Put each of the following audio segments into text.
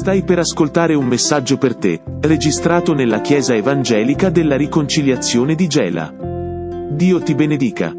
Stai per ascoltare un messaggio per te, registrato nella Chiesa Evangelica della Riconciliazione di Gela. Dio ti benedica.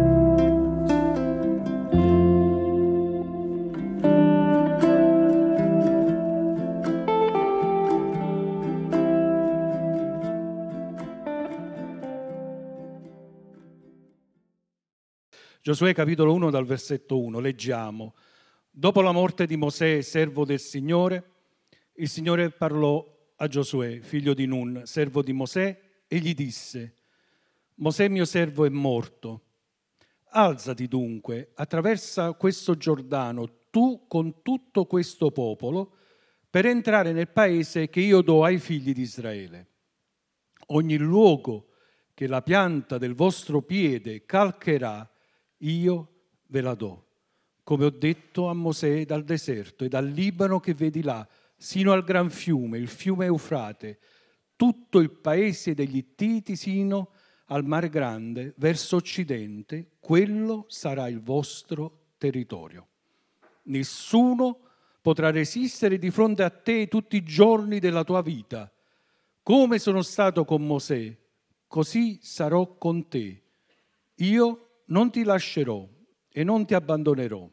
Giosuè capitolo 1 dal versetto 1, leggiamo: dopo la morte di Mosè, servo del Signore, il Signore parlò a Giosuè, figlio di Nun, servo di Mosè, e gli disse: Mosè mio servo è morto. Alzati dunque, attraversa questo Giordano, tu con tutto questo popolo, per entrare nel paese che io do ai figli di Israele. Ogni luogo che la pianta del vostro piede calcherà, io ve la do, come ho detto a Mosè dal deserto e dal Libano che vedi là, sino al gran fiume, il fiume Eufrate, tutto il paese degli Ittiti sino al Mar Grande, verso occidente, quello sarà il vostro territorio. Nessuno potrà resistere di fronte a te tutti i giorni della tua vita. Come sono stato con Mosè, così sarò con te. Io non ti lascerò e non ti abbandonerò.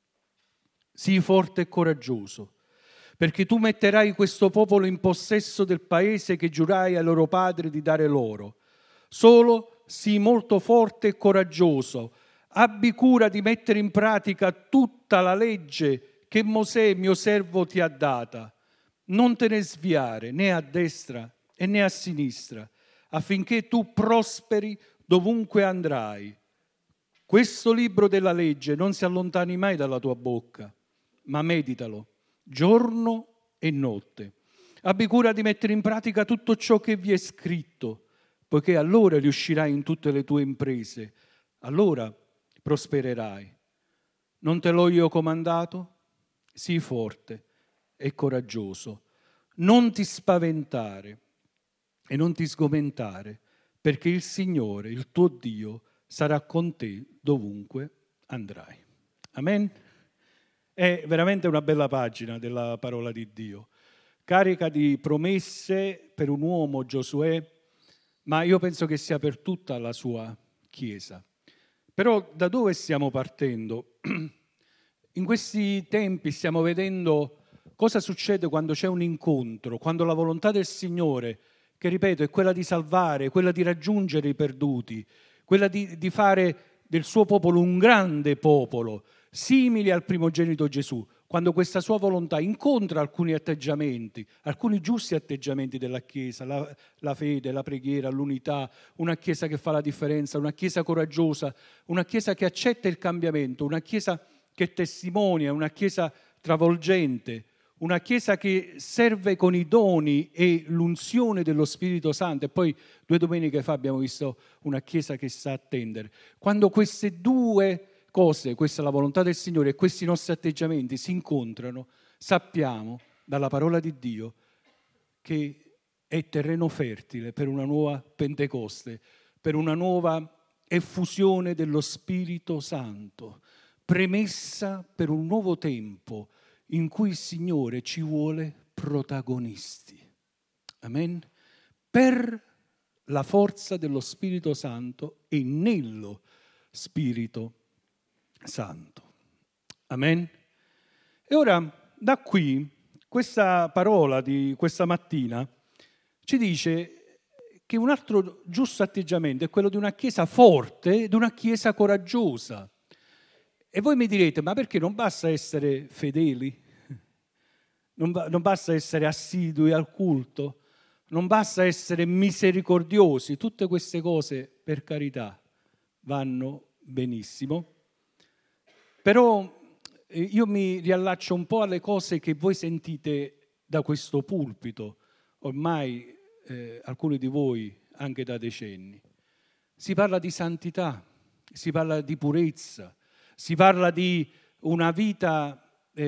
Sii forte e coraggioso, perché tu metterai questo popolo in possesso del paese che giurai ai loro padri di dare loro. Solo sii molto forte e coraggioso. Abbi cura di mettere in pratica tutta la legge che Mosè, mio servo, ti ha data. Non te ne sviare né a destra né a sinistra, affinché tu prosperi dovunque andrai. Questo libro della legge non si allontani mai dalla tua bocca, ma meditalo giorno e notte. Abbi cura di mettere in pratica tutto ciò che vi è scritto, poiché allora riuscirai in tutte le tue imprese, allora prospererai. Non te l'ho io comandato? Sii forte e coraggioso. Non ti spaventare e non ti sgomentare, perché il Signore, il tuo Dio, sarà con te dovunque andrai. Amen? È veramente una bella pagina della parola di Dio, carica di promesse per un uomo, Giosuè, ma io penso che sia per tutta la sua Chiesa. Però da dove stiamo partendo? In questi tempi stiamo vedendo cosa succede quando c'è un incontro, quando la volontà del Signore, che ripeto è quella di salvare, quella di raggiungere i perduti, quella di fare del suo popolo un grande popolo, simile al primogenito Gesù, quando questa sua volontà incontra alcuni atteggiamenti, alcuni giusti atteggiamenti della Chiesa, la fede, la preghiera, l'unità, una Chiesa che fa la differenza, una Chiesa coraggiosa, una Chiesa che accetta il cambiamento, una Chiesa che testimonia, una Chiesa travolgente, una Chiesa che serve con i doni e l'unzione dello Spirito Santo. E poi 2 domeniche fa abbiamo visto una Chiesa che sa attendere. Quando queste due cose, questa è la volontà del Signore e questi nostri atteggiamenti si incontrano, sappiamo dalla parola di Dio che è terreno fertile per una nuova Pentecoste, per una nuova effusione dello Spirito Santo, premessa per un nuovo tempo in cui il Signore ci vuole protagonisti. Amen? Per la forza dello Spirito Santo e nello Spirito Santo. Amen? E ora, da qui, questa parola di questa mattina ci dice che un altro giusto atteggiamento è quello di una Chiesa forte e di una Chiesa coraggiosa. E voi mi direte, ma perché non basta essere fedeli? Non basta essere assidui al culto? Non basta essere misericordiosi? Tutte queste cose, per carità, vanno benissimo. Però io mi riallaccio un po' alle cose che voi sentite da questo pulpito, ormai alcuni di voi anche da decenni. Si parla di santità, si parla di purezza, si parla di una vita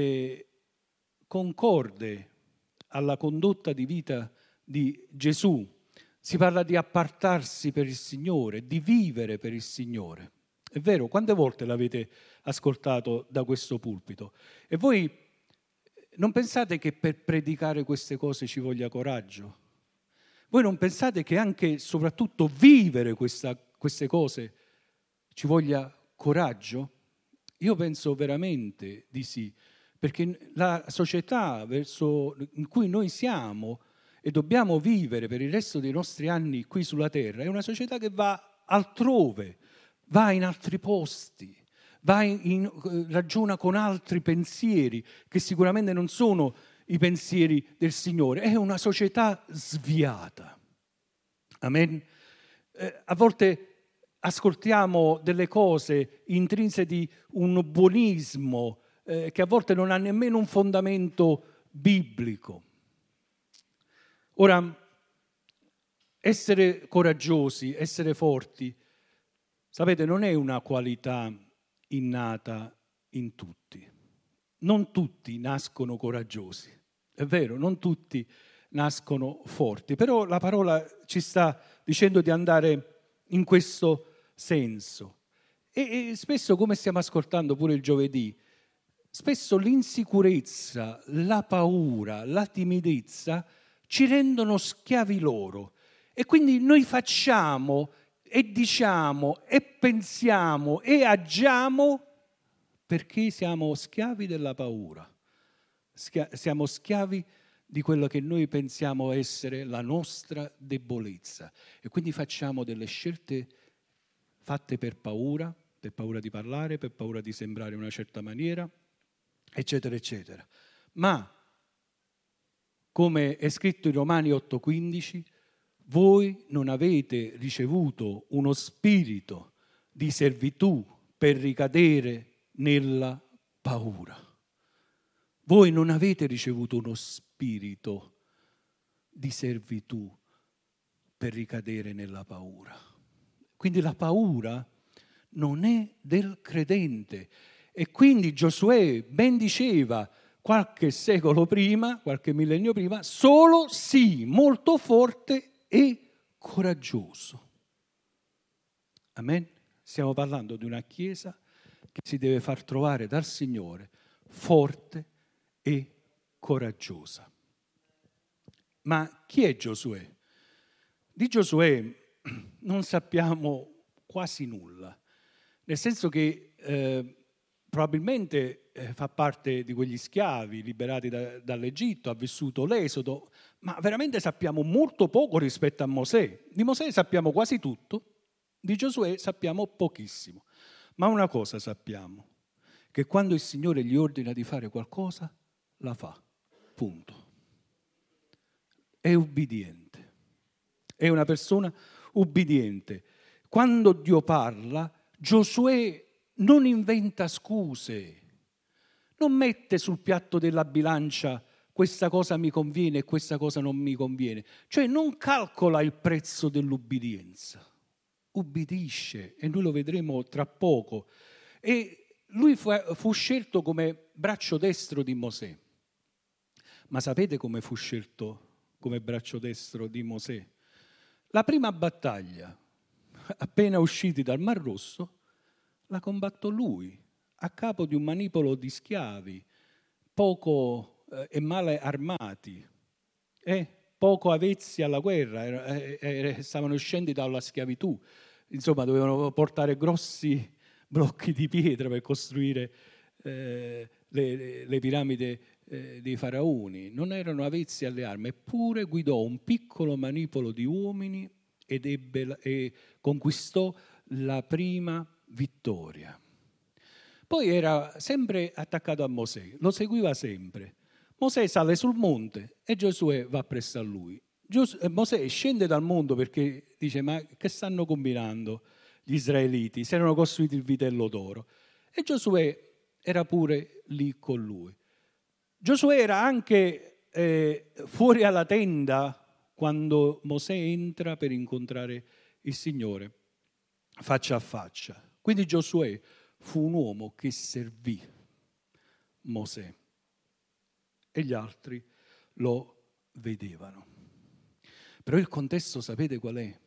concorde alla condotta di vita di Gesù. Si parla di appartarsi per il Signore, di vivere per il Signore. È vero, quante volte l'avete ascoltato da questo pulpito? E voi non pensate che per predicare queste cose ci voglia coraggio? Voi non pensate che anche e soprattutto vivere queste cose ci voglia coraggio? Io penso veramente di sì, perché la società in cui noi siamo e dobbiamo vivere per il resto dei nostri anni qui sulla terra è una società che va altrove, va in altri posti, ragiona con altri pensieri che sicuramente non sono i pensieri del Signore. È una società sviata. Amen. A volte ascoltiamo delle cose intrinse di un buonismo che a volte non ha nemmeno un fondamento biblico. Ora, essere coraggiosi, essere forti, sapete, non è una qualità innata in tutti. Non tutti nascono coraggiosi, è vero, non tutti nascono forti, però la parola ci sta dicendo di andare in questo senso. E spesso, come stiamo ascoltando pure il giovedì, spesso l'insicurezza, la paura, la timidezza ci rendono schiavi loro. E quindi noi facciamo e diciamo e pensiamo e agiamo perché siamo schiavi della paura, siamo schiavi di quello che noi pensiamo essere la nostra debolezza e quindi facciamo delle scelte fatte per paura di parlare, per paura di sembrare in una certa maniera, eccetera, eccetera. Ma, come è scritto in Romani 8,15, voi non avete ricevuto uno spirito di servitù per ricadere nella paura. Voi non avete ricevuto uno spirito di servitù per ricadere nella paura. Quindi la paura non è del credente. E quindi Giosuè ben diceva qualche secolo prima, qualche millennio prima, solo sì, molto forte e coraggioso. Amen? Stiamo parlando di una chiesa che si deve far trovare dal Signore forte e coraggiosa. Ma chi è Giosuè? Di Giosuè non sappiamo quasi nulla, nel senso che probabilmente fa parte di quegli schiavi liberati dall'Egitto, ha vissuto l'Esodo, ma veramente sappiamo molto poco rispetto a Mosè. Di Mosè sappiamo quasi tutto, di Giosuè sappiamo pochissimo. Ma una cosa sappiamo, che quando il Signore gli ordina di fare qualcosa, la fa, punto. È ubbidiente, è una persona ubbidiente. Quando Dio parla, Giosuè non inventa scuse, non mette sul piatto della bilancia questa cosa mi conviene e questa cosa non mi conviene, cioè non calcola il prezzo dell'ubbidienza, ubbidisce e noi lo vedremo tra poco. E lui fu scelto come braccio destro di Mosè. Ma sapete come fu scelto come braccio destro di Mosè? La prima battaglia, appena usciti dal Mar Rosso, la combatto lui, a capo di un manipolo di schiavi, poco e male armati, poco avvezzi alla guerra, stavano uscendo dalla schiavitù, insomma dovevano portare grossi blocchi di pietra per costruire le piramidi dei faraoni, non erano avvezzi alle armi, eppure guidò un piccolo manipolo di uomini e conquistò la prima vittoria. Poi era sempre attaccato a Mosè, lo seguiva sempre. Mosè sale sul monte e Giosuè va presso a lui. Mosè scende dal monte perché dice: ma che stanno combinando gli israeliti? Si erano costruiti il vitello d'oro. E Giosuè era pure lì con lui. Giosuè era anche fuori alla tenda quando Mosè entra per incontrare il Signore faccia a faccia. Quindi Giosuè fu un uomo che servì Mosè e gli altri lo vedevano. Però il contesto sapete qual è?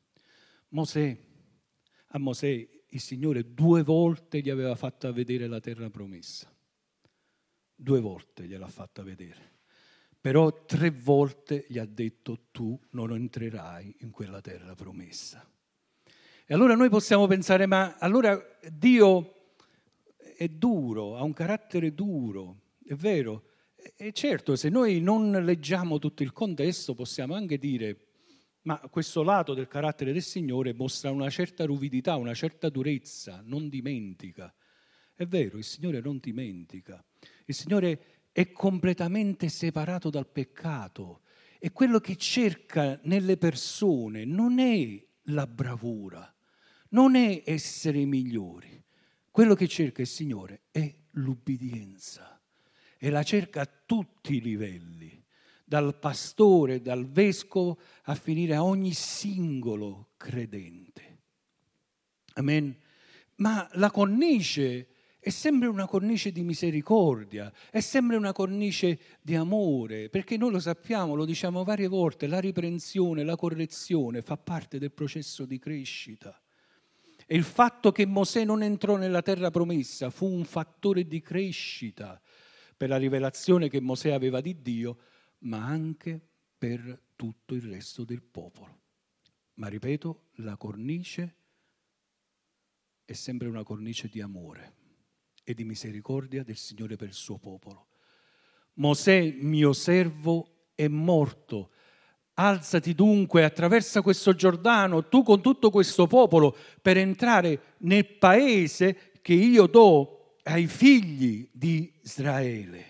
A Mosè il Signore 2 volte gli aveva fatto vedere la terra promessa. 2 volte gliel'ha fatta vedere. Però 3 volte gli ha detto: tu non entrerai in quella terra promessa. E allora noi possiamo pensare: ma allora Dio è duro, ha un carattere duro, è vero? E certo, se noi non leggiamo tutto il contesto, possiamo anche dire: ma questo lato del carattere del Signore mostra una certa ruvidità, una certa durezza, non dimentica. È vero, il Signore non dimentica. Il Signore è completamente separato dal peccato e quello che cerca nelle persone non è la bravura, non è essere i migliori. Quello che cerca il Signore è l'ubbidienza e la cerca a tutti i livelli, dal pastore, dal vescovo, a finire a ogni singolo credente. Amen. Ma la cornice è sempre una cornice di misericordia, è sempre una cornice di amore, perché noi lo sappiamo, lo diciamo varie volte, la riprensione, la correzione fa parte del processo di crescita. E il fatto che Mosè non entrò nella terra promessa fu un fattore di crescita per la rivelazione che Mosè aveva di Dio, ma anche per tutto il resto del popolo. Ma ripeto, la cornice è sempre una cornice di amore e di misericordia del Signore per il suo popolo. Mosè, mio servo, è morto. Alzati dunque, attraversa questo Giordano, tu con tutto questo popolo, per entrare nel paese che io do ai figli di Israele.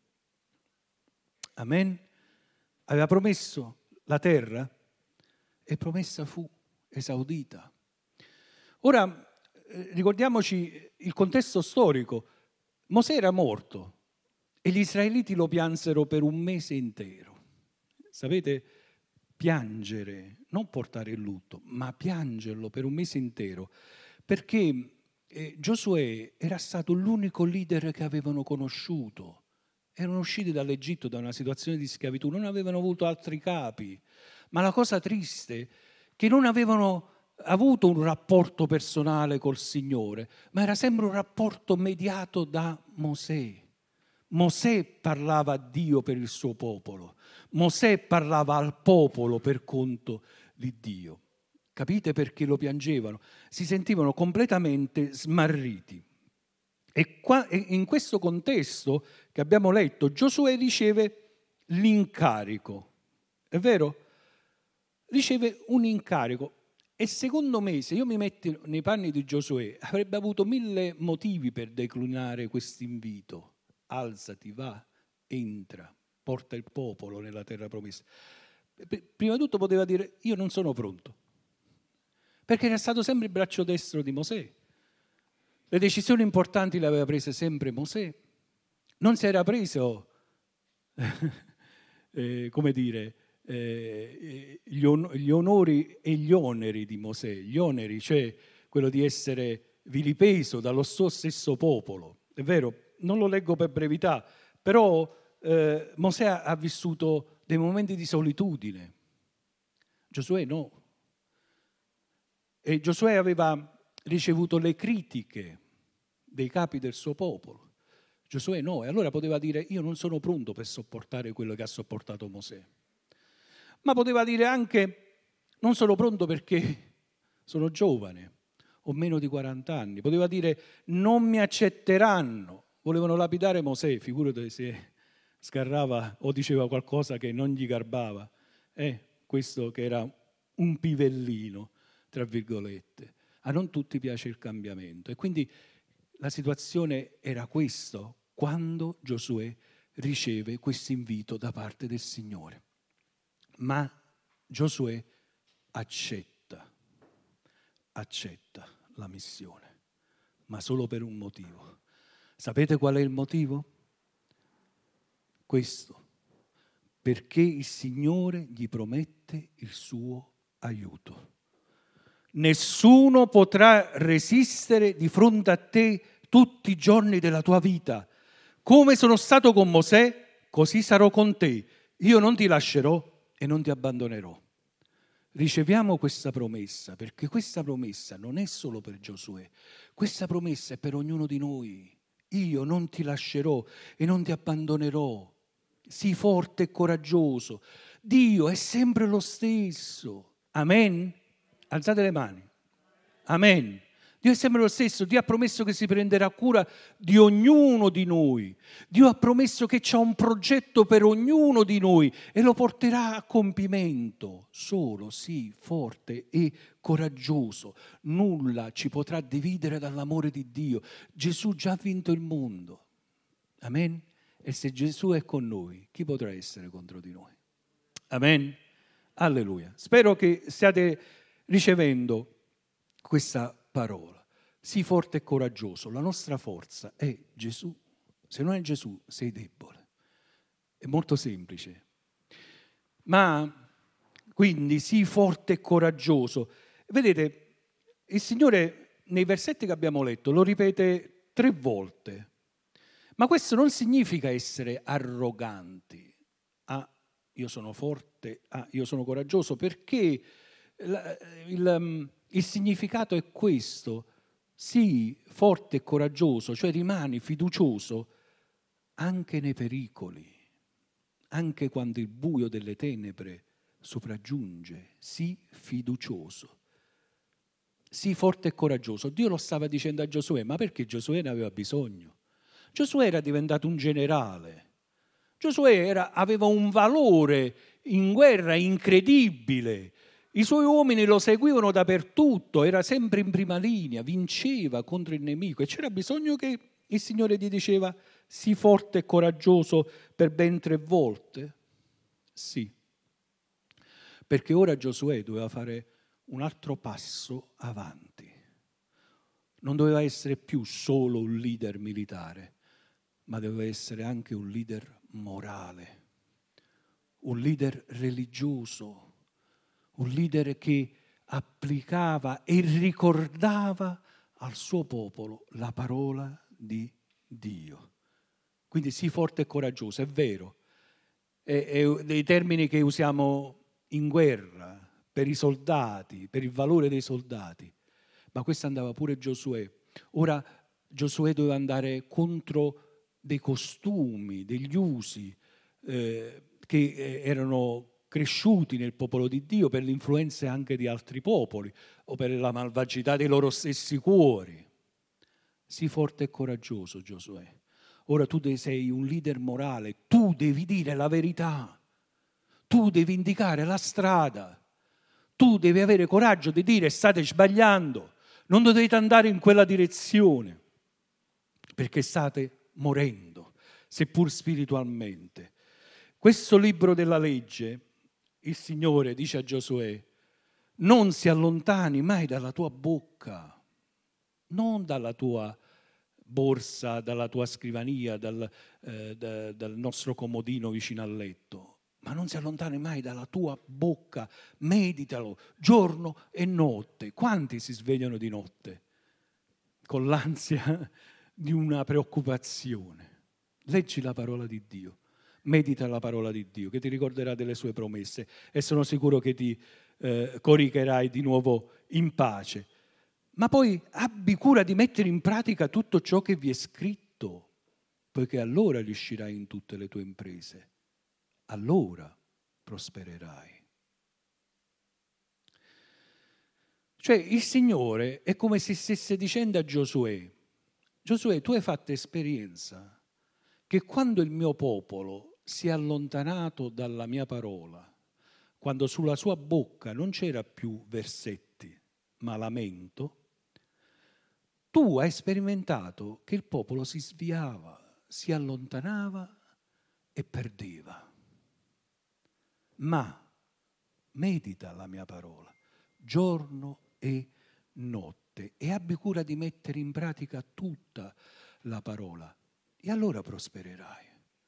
Amen. Aveva promesso la terra e promessa fu esaudita. Ora, ricordiamoci il contesto storico. Mosè era morto e gli israeliti lo piansero per un mese intero. Sapete, piangere, non portare il lutto, ma piangerlo per un mese intero, perché Giosuè era stato l'unico leader che avevano conosciuto. Erano usciti dall'Egitto da una situazione di schiavitù, non avevano avuto altri capi, ma la cosa triste è che non avevano avuto un rapporto personale col Signore, ma era sempre un rapporto mediato da Mosè. Mosè parlava a Dio per il suo popolo, Mosè parlava al popolo per conto di Dio. Capite perché lo piangevano? Si sentivano completamente smarriti. E in questo contesto che abbiamo letto, Giosuè riceve l'incarico. È vero? Riceve un incarico. E secondo me, se io mi metto nei panni di Giosuè, avrebbe avuto 1000 motivi per declinare questo invito. Alzati, va, entra, porta il popolo nella terra promessa. Prima di tutto poteva dire: io non sono pronto, perché era stato sempre il braccio destro di Mosè. Le decisioni importanti le aveva prese sempre Mosè. Non si era preso, come dire, gli onori e gli oneri di Mosè. Gli oneri, cioè quello di essere vilipeso dallo suo stesso popolo. È vero, non lo leggo per brevità, però Mosè ha vissuto dei momenti di solitudine. Giosuè no. E Giosuè aveva ricevuto le critiche dei capi del suo popolo. Giosuè no, e allora poteva dire: io non sono pronto per sopportare quello che ha sopportato Mosè. Ma poteva dire anche: non sono pronto perché sono giovane, ho meno di 40 anni. Poteva dire: non mi accetteranno. Volevano lapidare Mosè, figurati se sgarrava o diceva qualcosa che non gli garbava. Questo che era un pivellino, tra virgolette. A non tutti piace il cambiamento. E quindi la situazione era questa quando Giosuè riceve questo invito da parte del Signore. Ma Giosuè accetta la missione, ma solo per un motivo. Sapete qual è il motivo? Questo: perché il Signore gli promette il suo aiuto. Nessuno potrà resistere di fronte a te tutti i giorni della tua vita. Come sono stato con Mosè, così sarò con te. Io non ti lascerò e non ti abbandonerò. Riceviamo questa promessa, perché questa promessa non è solo per Giosuè, questa promessa è per ognuno di noi, io non ti lascerò e non ti abbandonerò. Sii forte e coraggioso. Dio è sempre lo stesso. Amen? Alzate le mani. Amen. Dio è sempre lo stesso. Dio ha promesso che si prenderà cura di ognuno di noi. Dio ha promesso che c'è un progetto per ognuno di noi e lo porterà a compimento. Solo sii forte e coraggioso. Nulla ci potrà dividere dall'amore di Dio. Gesù già ha vinto il mondo. Amen. E se Gesù è con noi, chi potrà essere contro di noi? Amen. Alleluia. Spero che stiate ricevendo questa parola. Sii forte e coraggioso. La nostra forza è Gesù. Se non è Gesù, sei debole. È molto semplice. Ma quindi sii forte e coraggioso. Vedete, il Signore nei versetti che abbiamo letto lo ripete 3 volte. Ma questo non significa essere arroganti. Ah, io sono forte, ah, io sono coraggioso, perché il significato è questo: sii forte e coraggioso, cioè rimani fiducioso anche nei pericoli, anche quando il buio delle tenebre sopraggiunge. Sii fiducioso, sii forte e coraggioso. Dio lo stava dicendo a Giosuè, ma perché Giosuè ne aveva bisogno? Giosuè era diventato un generale. Giosuè aveva un valore in guerra incredibile. I suoi uomini lo seguivano dappertutto, era sempre in prima linea, vinceva contro il nemico e c'era bisogno che il Signore gli diceva: sii forte e coraggioso per ben 3 volte? Sì, perché ora Giosuè doveva fare un altro passo avanti. Non doveva essere più solo un leader militare, ma doveva essere anche un leader morale, un leader religioso, un leader che applicava e ricordava al suo popolo la parola di Dio. Quindi sii forte e coraggioso, è vero, è dei termini che usiamo in guerra, per i soldati, per il valore dei soldati, ma questo andava pure Giosuè. Ora Giosuè doveva andare contro dei costumi, degli usi che erano cresciuti nel popolo di Dio per le influenze anche di altri popoli o per la malvagità dei loro stessi cuori. Sii forte e coraggioso, Giosuè. Ora tu sei un leader morale, tu devi dire la verità, tu devi indicare la strada, tu devi avere coraggio di dire: state sbagliando, non dovete andare in quella direzione, perché state morendo, seppur spiritualmente. Questo libro della legge, il Signore dice a Giosuè: non si allontani mai dalla tua bocca, non dalla tua borsa, dalla tua scrivania, dal nostro comodino vicino al letto, ma non si allontani mai dalla tua bocca, meditalo giorno e notte. Quanti si svegliano di notte con l'ansia di una preoccupazione? Leggi la parola di Dio, medita la parola di Dio che ti ricorderà delle sue promesse e sono sicuro che ti coricherai di nuovo in pace. Ma poi abbi cura di mettere in pratica tutto ciò che vi è scritto, poiché allora riuscirai in tutte le tue imprese, allora prospererai. Cioè il Signore è come se stesse dicendo a Giosuè: Giosuè, tu hai fatto esperienza che quando il mio popolo si è allontanato dalla mia parola, quando sulla sua bocca non c'era più versetti, ma lamento, tu hai sperimentato che il popolo si sviava, si allontanava e perdeva. Ma medita la mia parola giorno e notte e abbi cura di mettere in pratica tutta la parola e allora prospererai.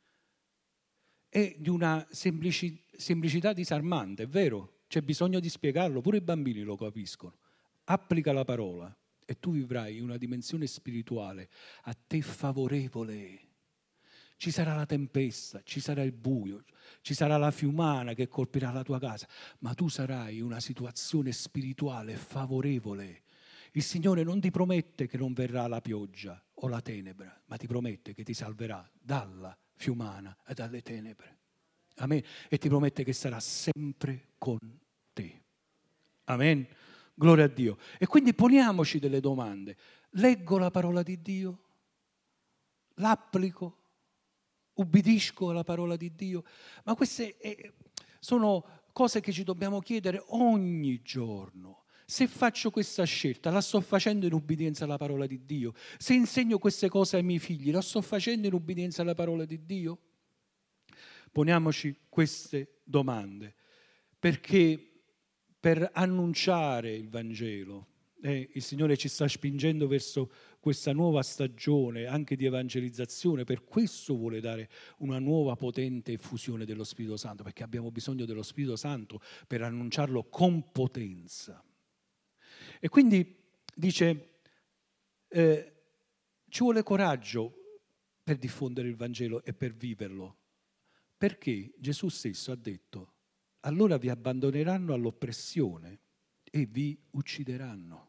È di una semplicità disarmante, è vero? C'è bisogno di spiegarlo, pure i bambini lo capiscono. Applica la parola e tu vivrai una dimensione spirituale a te favorevole. Ci sarà la tempesta, ci sarà il buio, ci sarà la fiumana che colpirà la tua casa, ma tu sarai una situazione spirituale favorevole. Il Signore non ti promette che non verrà la pioggia. o la tenebra, ma ti promette che ti salverà dalla fiumana e dalle tenebre. Amen. E ti promette che sarà sempre con te. Amen. Gloria a Dio. E quindi poniamoci delle domande. Leggo la parola di Dio? L'applico? Ubbidisco alla parola di Dio? Ma queste sono cose che ci dobbiamo chiedere ogni giorno. Se faccio questa scelta, la sto facendo in ubbidienza alla parola di Dio? Se insegno queste cose ai miei figli, la sto facendo in ubbidienza alla parola di Dio? Poniamoci queste domande, perché per annunciare il Vangelo, il Signore ci sta spingendo verso questa nuova stagione anche di evangelizzazione, per questo vuole dare una nuova potente effusione dello Spirito Santo, perché abbiamo bisogno dello Spirito Santo per annunciarlo con potenza. E quindi dice, ci vuole coraggio per diffondere il Vangelo e per viverlo, perché Gesù stesso ha detto: allora vi abbandoneranno all'oppressione e vi uccideranno.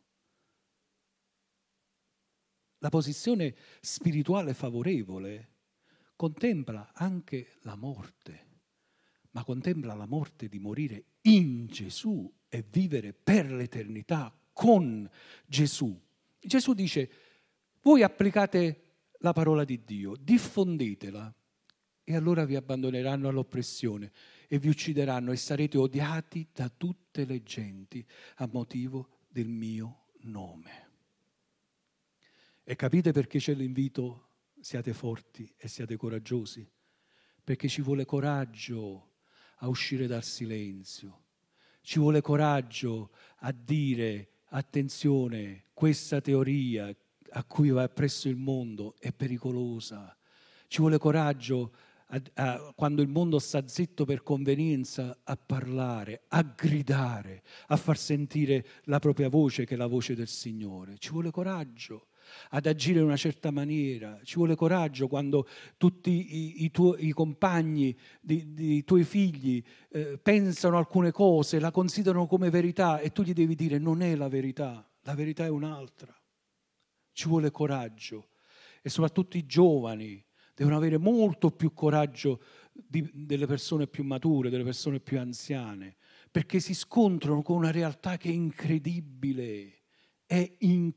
La posizione spirituale favorevole contempla anche la morte, ma contempla la morte di morire in Gesù e vivere per l'eternità con Gesù. Gesù dice: voi applicate la parola di Dio, diffondetela, e allora vi abbandoneranno all'oppressione e vi uccideranno e sarete odiati da tutte le genti a motivo del mio nome. E capite perché c'è l'invito: siate forti e siate coraggiosi? Perché ci vuole coraggio a uscire dal silenzio, ci vuole coraggio a dire: attenzione, questa teoria a cui va presso il mondo è pericolosa. Ci vuole coraggio quando il mondo sta zitto per convenienza, a parlare, a gridare, a far sentire la propria voce, che è la voce del Signore. Ci vuole coraggio ad agire in una certa maniera, ci vuole coraggio quando tutti i compagni di tuoi figli pensano alcune cose, la considerano come verità e tu gli devi dire: non è la verità è un'altra. Ci vuole coraggio, e soprattutto i giovani devono avere molto più coraggio delle persone più mature, delle persone più anziane, perché si scontrano con una realtà che è incredibile. È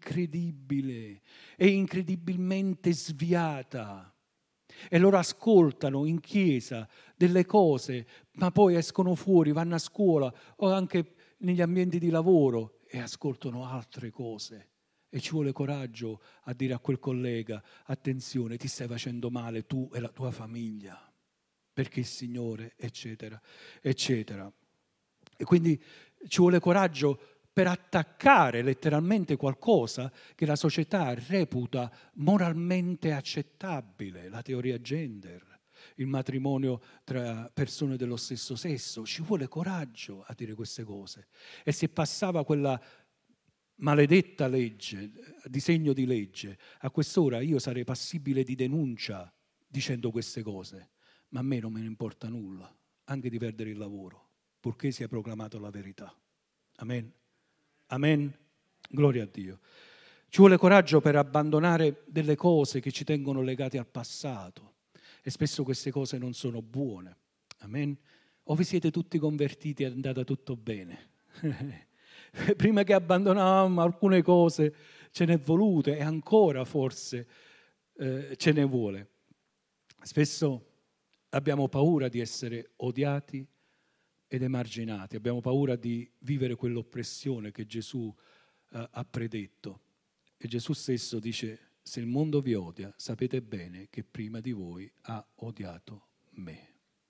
incredibilmente sviata, e loro ascoltano in chiesa delle cose, ma poi escono fuori, vanno a scuola o anche negli ambienti di lavoro e ascoltano altre cose. E ci vuole coraggio a dire a quel collega: attenzione, ti stai facendo male tu e la tua famiglia, perché il Signore, eccetera, eccetera. E quindi ci vuole coraggio per attaccare letteralmente qualcosa che la società reputa moralmente accettabile, la teoria gender, il matrimonio tra persone dello stesso sesso. Ci vuole coraggio a dire queste cose. E se passava quella maledetta legge, disegno di legge, a quest'ora io sarei passibile di denuncia dicendo queste cose, ma a me non me ne importa nulla, anche di perdere il lavoro, purché sia proclamato la verità. Amen. Amen. Gloria a Dio. Ci vuole coraggio per abbandonare delle cose che ci tengono legati al passato, e spesso queste cose non sono buone. Amen. O vi siete tutti convertiti e è andata tutto bene? Prima che abbandonavamo alcune cose ce n'è volute, e ancora forse ce ne vuole. Spesso abbiamo paura di essere odiati ed emarginati, abbiamo paura di vivere quell'oppressione che Gesù ha predetto. E Gesù stesso dice: se il mondo vi odia, sapete bene che prima di voi ha odiato me.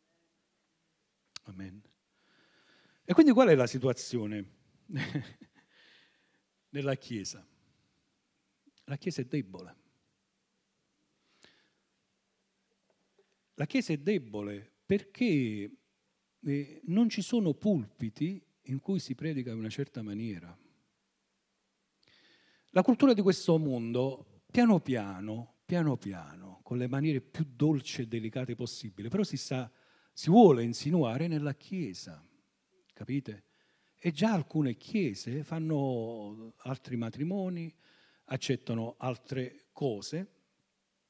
Amen. E quindi qual è la situazione nella Chiesa? La Chiesa è debole. La Chiesa è debole perché non ci sono pulpiti in cui si predica in una certa maniera. La cultura di questo mondo, piano piano, con le maniere più dolci e delicate possibili, però si vuole insinuare nella Chiesa, capite? E già alcune chiese fanno altri matrimoni, accettano altre cose,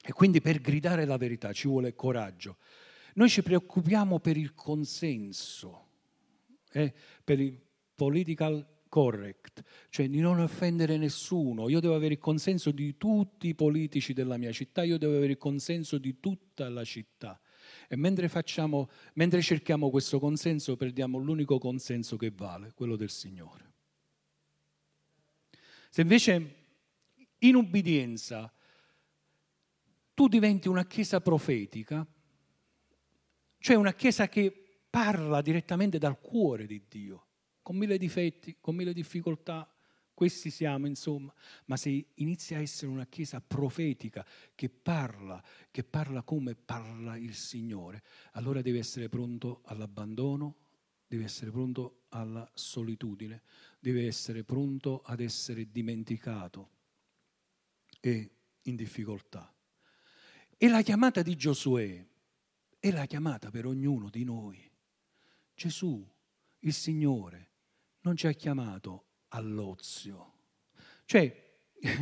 E quindi per gridare la verità ci vuole coraggio. Noi ci preoccupiamo per il consenso, per il political correct, cioè di non offendere nessuno. Io devo avere il consenso di tutti i politici della mia città, io devo avere il consenso di tutta la città. E mentre cerchiamo questo consenso, perdiamo l'unico consenso che vale, quello del Signore. Se invece in ubbidienza tu diventi una chiesa profetica, cioè una chiesa che parla direttamente dal cuore di Dio, con 1000 difetti, con 1000 difficoltà, questi siamo insomma, ma se inizia a essere una chiesa profetica che parla come parla il Signore, allora devi essere pronto all'abbandono, devi essere pronto alla solitudine, devi essere pronto ad essere dimenticato e in difficoltà. E la chiamata di Giosuè è la chiamata per ognuno di noi. Gesù, il Signore, non ci ha chiamato all'ozio. Cioè,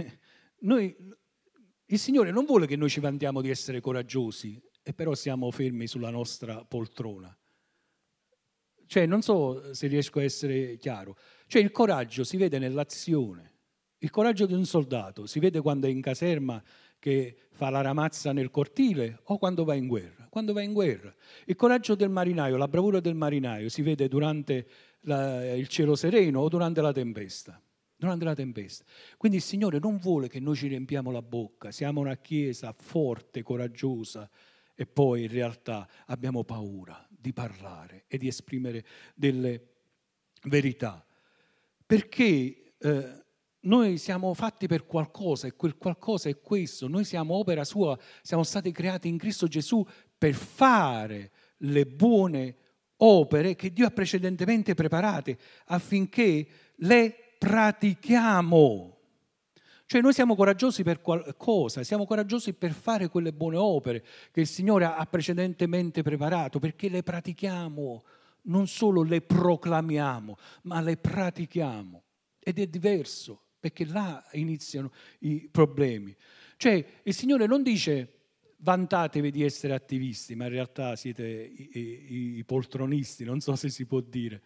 il Signore non vuole che noi ci vantiamo di essere coraggiosi e però siamo fermi sulla nostra poltrona. Cioè, non so se riesco a essere chiaro. Cioè, il coraggio si vede nell'azione. Il coraggio di un soldato si vede quando è in caserma che fa la ramazza nel cortile o quando va in guerra. Quando va in guerra. Il coraggio del marinaio, la bravura del marinaio si vede durante il cielo sereno o durante la tempesta. Durante la tempesta. Quindi il Signore non vuole che noi ci riempiamo la bocca, siamo una chiesa forte, coraggiosa e poi in realtà abbiamo paura di parlare e di esprimere delle verità. Perché noi siamo fatti per qualcosa e quel qualcosa è questo. Noi siamo opera sua, siamo stati creati in Cristo Gesù per fare le buone opere che Dio ha precedentemente preparate affinché le pratichiamo. Cioè noi siamo coraggiosi per qualcosa, siamo coraggiosi per fare quelle buone opere che il Signore ha precedentemente preparato, perché le pratichiamo, non solo le proclamiamo, ma le pratichiamo. Ed è diverso, perché là iniziano i problemi. Cioè il Signore non dice vantatevi di essere attivisti, ma in realtà siete i poltronisti, non so se si può dire,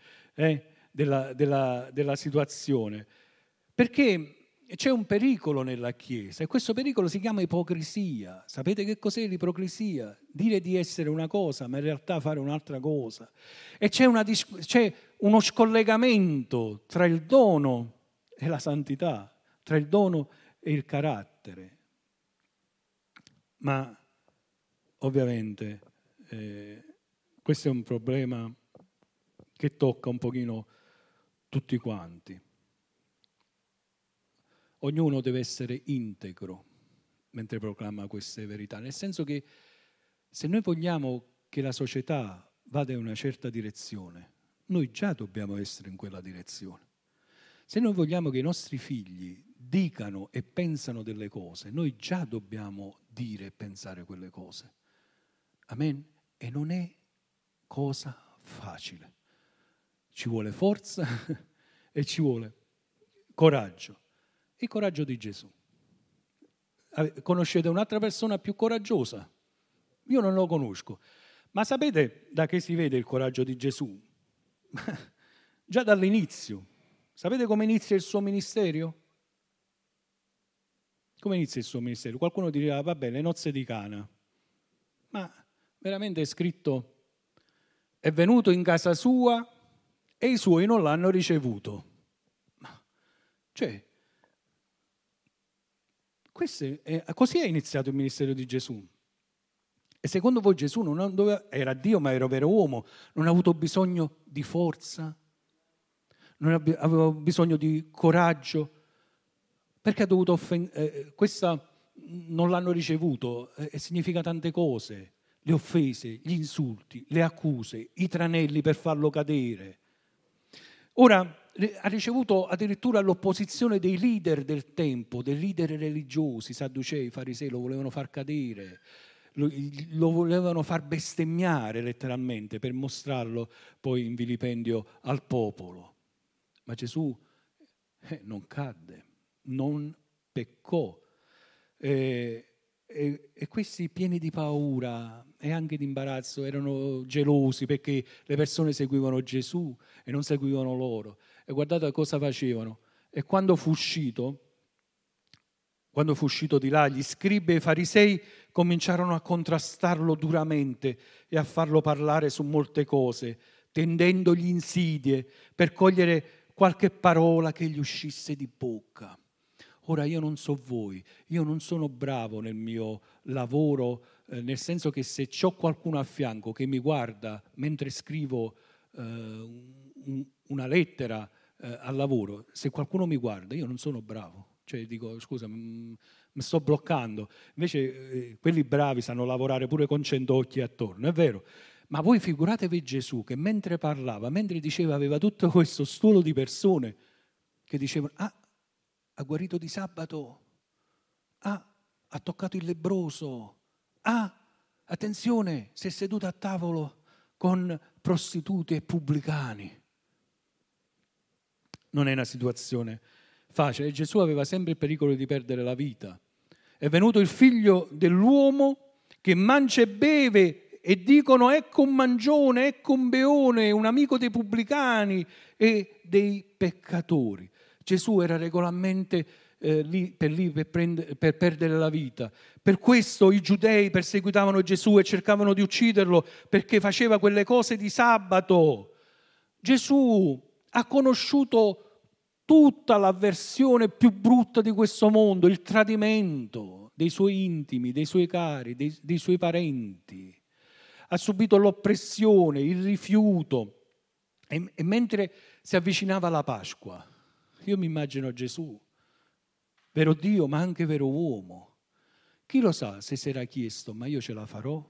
della situazione. Perché c'è un pericolo nella Chiesa e questo pericolo si chiama ipocrisia. Sapete che cos'è l'ipocrisia? Dire di essere una cosa ma in realtà fare un'altra cosa. E c'è uno scollegamento tra il dono e la santità, tra il dono e il carattere. Ma ovviamente questo è un problema che tocca un pochino tutti quanti. Ognuno deve essere integro mentre proclama queste verità, nel senso che se noi vogliamo che la società vada in una certa direzione, noi già dobbiamo essere in quella direzione. Se noi vogliamo che i nostri figli dicano e pensano delle cose, noi già dobbiamo dire e pensare quelle cose. Amen? E non è cosa facile. Ci vuole forza e ci vuole coraggio. Il coraggio di Gesù. Conoscete un'altra persona più coraggiosa? Io non lo conosco. Ma sapete da che si vede il coraggio di Gesù? Già dall'inizio. Sapete come inizia il suo ministero? Come inizia il suo ministero? Qualcuno dirà, vabbè, le nozze di Cana. Ma veramente è scritto, è venuto in casa sua e i suoi non l'hanno ricevuto. Cioè, così è iniziato il ministero di Gesù. E secondo voi Gesù era Dio ma era vero uomo, non ha avuto bisogno di forza, non aveva bisogno di coraggio, perché ha dovuto questa non l'hanno ricevuto e significa tante cose, le offese, gli insulti, le accuse, i tranelli per farlo cadere. Ora ha ricevuto addirittura l'opposizione dei leader del tempo, dei leader religiosi, sadducei, farisei, lo volevano far cadere, lo volevano far bestemmiare letteralmente per mostrarlo poi in vilipendio al popolo. Ma Gesù non cadde, non peccò. E questi pieni di paura e anche di imbarazzo erano gelosi perché le persone seguivano Gesù e non seguivano loro. E guardate cosa facevano. E quando fu uscito di là, gli scribi e i farisei cominciarono a contrastarlo duramente e a farlo parlare su molte cose, tendendogli insidie per cogliere qualche parola che gli uscisse di bocca. Ora io non so voi, io non sono bravo nel mio lavoro, nel senso che se c'ho qualcuno a fianco che mi guarda mentre scrivo una lettera al lavoro, se qualcuno mi guarda io non sono bravo. Cioè dico, scusa, mi sto bloccando. Invece quelli bravi sanno lavorare pure con 100 occhi attorno, è vero. Ma voi figuratevi Gesù che mentre parlava, mentre diceva, aveva tutto questo stuolo di persone che dicevano, ha guarito di sabato, ha toccato il lebbroso, attenzione, si è seduto a tavolo con prostituti e pubblicani. Non è una situazione facile. Gesù aveva sempre il pericolo di perdere la vita. È venuto il figlio dell'uomo che mangia e beve e dicono ecco un mangione, ecco un beone, un amico dei pubblicani e dei peccatori. Gesù era regolarmente lì per perdere la vita. Per questo i giudei perseguitavano Gesù e cercavano di ucciderlo perché faceva quelle cose di sabato. Gesù ha conosciuto tutta la versione più brutta di questo mondo, il tradimento dei suoi intimi, dei suoi cari, dei suoi parenti. Ha subito l'oppressione, il rifiuto. E mentre si avvicinava la Pasqua, io mi immagino Gesù, vero Dio ma anche vero uomo. Chi lo sa se si era chiesto, ma io ce la farò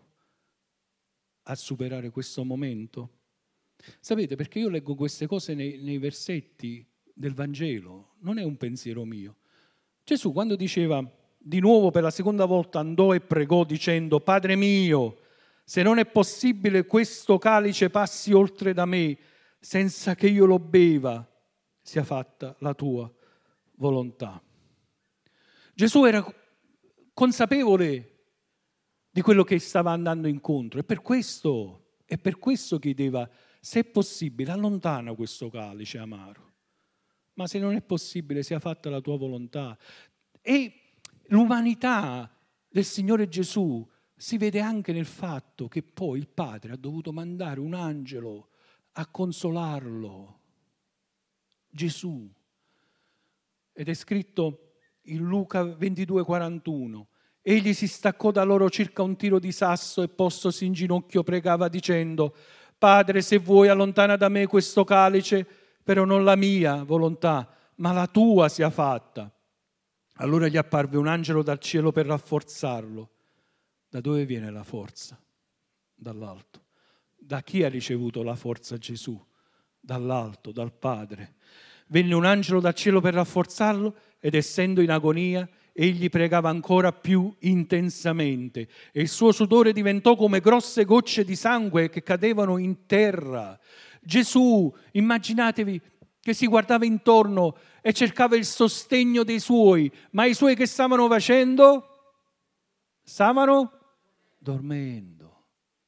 a superare questo momento? Sapete, perché io leggo queste cose nei versetti del Vangelo, non è un pensiero mio. Gesù quando diceva di nuovo per la seconda volta andò e pregò dicendo Padre mio, se non è possibile questo calice passi oltre da me senza che io lo beva, sia fatta la tua volontà. Gesù era consapevole di quello che stava andando incontro e per questo chiedeva se è possibile allontana questo calice amaro. Ma se non è possibile, sia fatta la tua volontà. E l'umanità del Signore Gesù si vede anche nel fatto che poi il Padre ha dovuto mandare un angelo a consolarlo. Gesù. Ed è scritto in Luca 22,41. Egli si staccò da loro circa un tiro di sasso e postosi in ginocchio pregava dicendo Padre, se vuoi allontana da me questo calice, però non la mia volontà, ma la tua sia fatta. Allora gli apparve un angelo dal cielo per rafforzarlo. Da dove viene la forza? Dall'alto. Da chi ha ricevuto la forza Gesù? Dall'alto, dal Padre. Venne un angelo dal cielo per rafforzarlo ed essendo in agonia, egli pregava ancora più intensamente e il suo sudore diventò come grosse gocce di sangue che cadevano in terra. Gesù, immaginatevi che si guardava intorno e cercava il sostegno dei suoi, ma i suoi che stavano facendo? Stavano dormendo.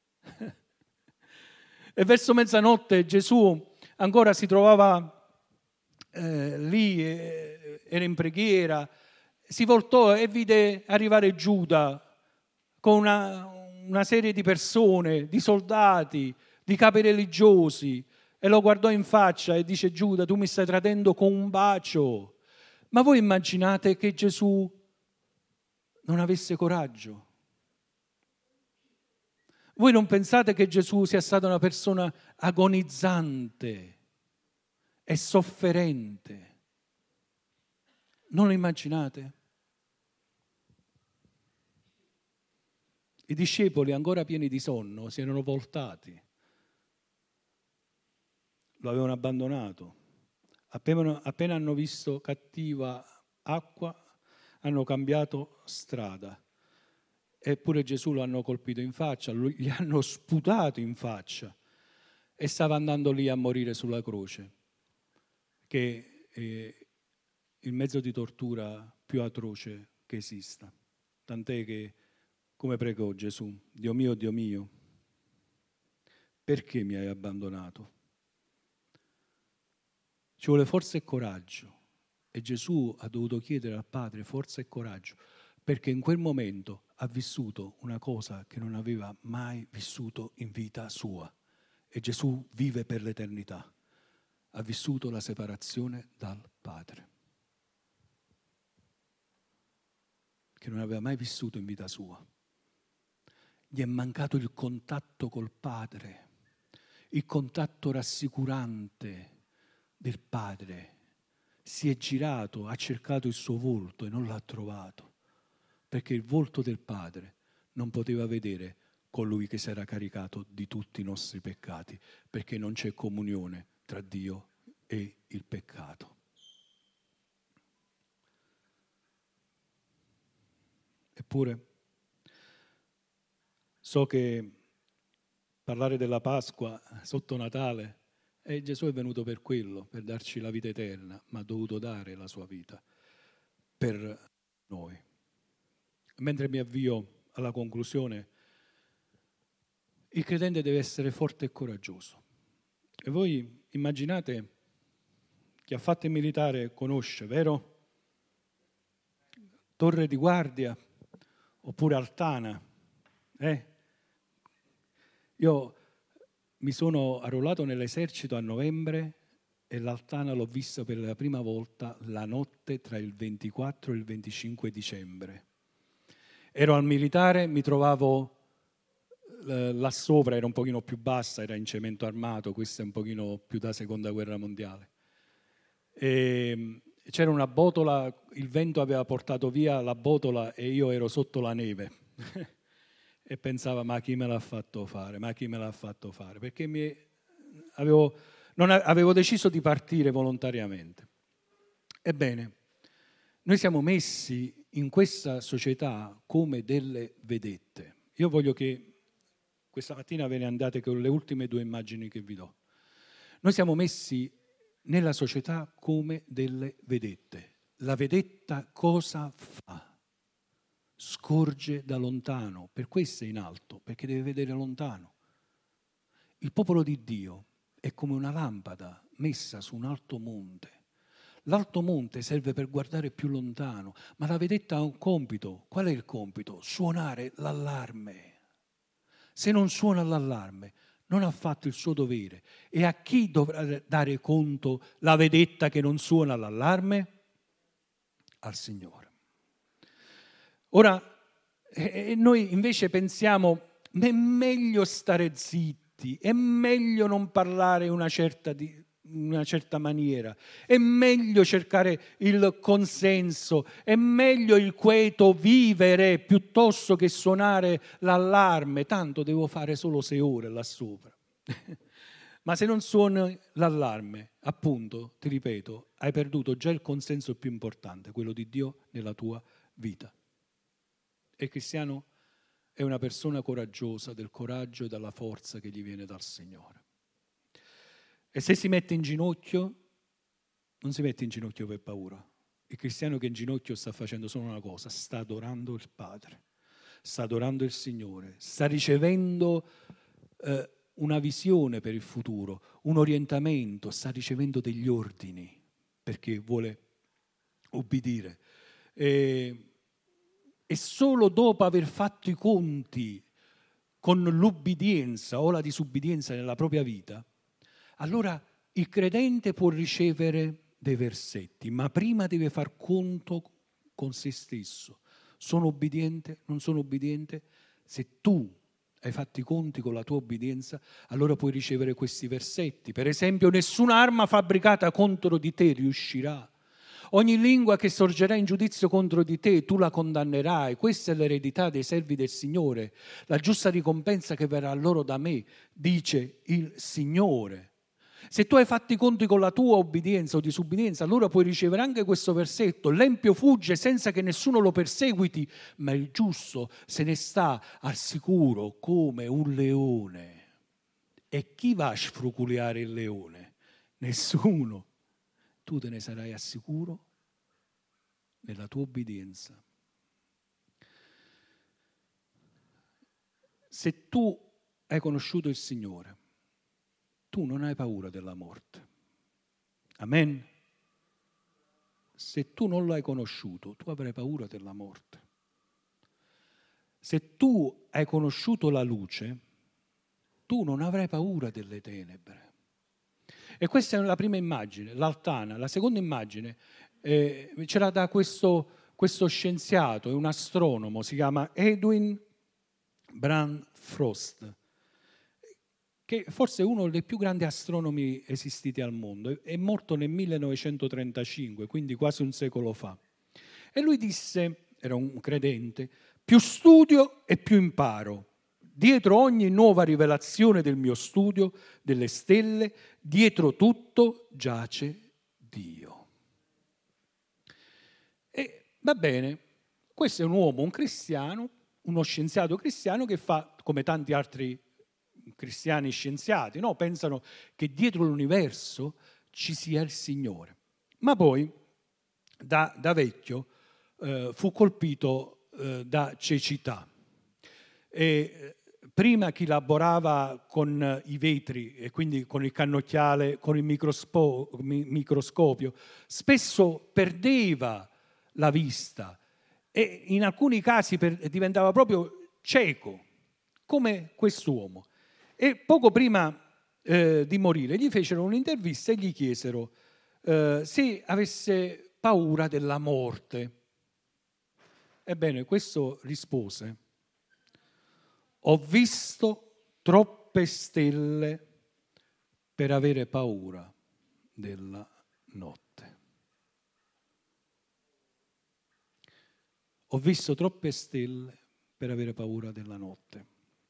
E verso mezzanotte Gesù ancora si trovava lì, era in preghiera, si voltò e vide arrivare Giuda con una serie di persone, di soldati, di capi religiosi, e lo guardò in faccia e dice Giuda, tu mi stai tradendo con un bacio. Ma voi immaginate che Gesù non avesse coraggio? Voi non pensate che Gesù sia stata una persona agonizzante e sofferente? Non lo immaginate? I discepoli, ancora pieni di sonno, si erano voltati. Lo avevano abbandonato. Appena hanno visto cattiva acqua, hanno cambiato strada. Eppure Gesù lo hanno colpito in faccia, gli hanno sputato in faccia e stava andando lì a morire sulla croce, che è il mezzo di tortura più atroce che esista. Tant'è che come pregò Gesù: Dio mio, perché mi hai abbandonato? Ci vuole forza e coraggio, e Gesù ha dovuto chiedere al Padre forza e coraggio, perché in quel momento ha vissuto una cosa che non aveva mai vissuto in vita sua, e Gesù vive per l'eternità. Ha vissuto la separazione dal Padre, che non aveva mai vissuto in vita sua. Gli è mancato il contatto col Padre, il contatto rassicurante del Padre. Si è girato, ha cercato il suo volto e non l'ha trovato, perché il volto del Padre non poteva vedere colui che si era caricato di tutti i nostri peccati, perché non c'è comunione tra Dio e il peccato. Eppure so che parlare della Pasqua sotto Natale, Gesù è venuto per quello, per darci la vita eterna, ma ha dovuto dare la sua vita per noi. Mentre mi avvio alla conclusione, il credente deve essere forte e coraggioso. E voi immaginate, chi ha fatto il militare conosce, vero? Torre di guardia oppure altana. Io mi sono arruolato nell'esercito a novembre e l'altana l'ho vista per la prima volta la notte tra il 24 e il 25 dicembre. Ero al militare, mi trovavo là sopra, era un pochino più bassa, era in cemento armato, questa è un pochino più da seconda guerra mondiale. E c'era una botola, il vento aveva portato via la botola e io ero sotto la neve. E pensava, ma chi me l'ha fatto fare? Ma chi me l'ha fatto fare? Perché avevo deciso di partire volontariamente. Ebbene, noi siamo messi in questa società come delle vedette. Io voglio che questa mattina ve ne andate con le ultime 2 immagini che vi do. Noi siamo messi nella società come delle vedette. La vedetta cosa fa? Scorge da lontano, per questo è in alto, perché deve vedere lontano. Il popolo di Dio è come una lampada messa su un alto monte. L'alto monte serve per guardare più lontano, ma la vedetta ha un compito. Qual è il compito? Suonare l'allarme. Se non suona l'allarme, non ha fatto il suo dovere. E a chi dovrà dare conto la vedetta che non suona l'allarme? Al Signore. Ora, noi invece pensiamo, è meglio stare zitti, è meglio non parlare in una certa maniera, è meglio cercare il consenso, è meglio il quieto vivere piuttosto che suonare l'allarme, tanto devo fare solo 6 ore là sopra. Ma se non suoni l'allarme, appunto, ti ripeto, hai perduto già il consenso più importante, quello di Dio nella tua vita. E il cristiano è una persona coraggiosa, del coraggio e dalla forza che gli viene dal Signore. E se si mette in ginocchio, non si mette in ginocchio per paura. Il cristiano che in ginocchio sta facendo solo una cosa, sta adorando il Padre, sta adorando il Signore, sta ricevendo una visione per il futuro, un orientamento, sta ricevendo degli ordini perché vuole obbedire. E solo dopo aver fatto i conti con l'ubbidienza o la disubbidienza nella propria vita, allora il credente può ricevere dei versetti, ma prima deve far conto con se stesso. Sono obbediente? Non sono obbediente? Se tu hai fatto i conti con la tua obbedienza, allora puoi ricevere questi versetti. Per esempio, nessuna arma fabbricata contro di te riuscirà. Ogni lingua che sorgerà in giudizio contro di te, tu la condannerai. Questa è l'eredità dei servi del Signore, la giusta ricompensa che verrà loro da me, dice il Signore. Se tu hai fatto i conti con la tua obbedienza o disubbidienza, allora puoi ricevere anche questo versetto. L'empio fugge senza che nessuno lo perseguiti, ma il giusto se ne sta al sicuro come un leone. E chi va a sfruculiare il leone? Nessuno. Tu te ne sarai al sicuro nella tua obbedienza. se tu hai conosciuto il Signore, tu non hai paura della morte. Amen? Se tu non lo hai conosciuto, tu avrai paura della morte. Se tu hai conosciuto la luce, tu non avrai paura delle tenebre. E questa è la prima immagine, l'altana. La seconda immagine c'era da questo scienziato, è un astronomo, si chiama Edwin Brand Frost, che forse è uno dei più grandi astronomi esistiti al mondo. È morto nel 1935, quindi quasi un secolo fa. E lui disse, era un credente, più studio e più imparo. Dietro ogni nuova rivelazione del mio studio, delle stelle, dietro tutto giace Dio. E va bene, questo è un uomo, un cristiano, uno scienziato cristiano che fa come tanti altri cristiani scienziati, no? Pensano che dietro l'universo ci sia il Signore. Ma poi, da vecchio, fu colpito da cecità. E prima chi lavorava con i vetri e quindi con il cannocchiale, con il microscopio, spesso perdeva la vista e in alcuni casi diventava proprio cieco, come quest'uomo. E poco prima di morire gli fecero un'intervista e gli chiesero se avesse paura della morte. Ebbene, questo rispose: ho visto troppe stelle per avere paura della notte. Ho visto troppe stelle per avere paura della notte.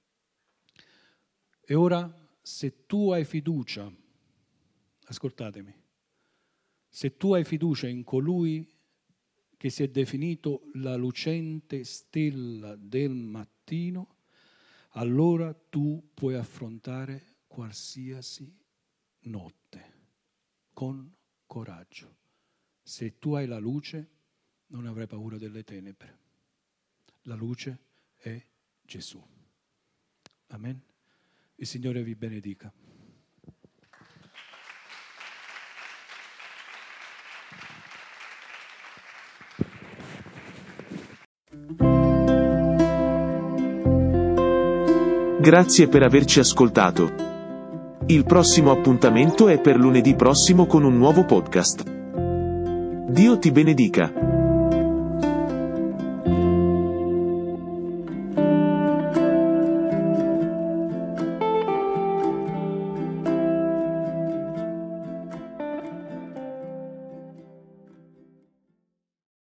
E ora, se tu hai fiducia, ascoltatemi, se tu hai fiducia in colui che si è definito la lucente stella del mattino, allora tu puoi affrontare qualsiasi notte con coraggio. Se tu hai la luce, non avrai paura delle tenebre. La luce è Gesù. Amen. Il Signore vi benedica. Grazie per averci ascoltato. Il prossimo appuntamento è per lunedì prossimo con un nuovo podcast. Dio ti benedica.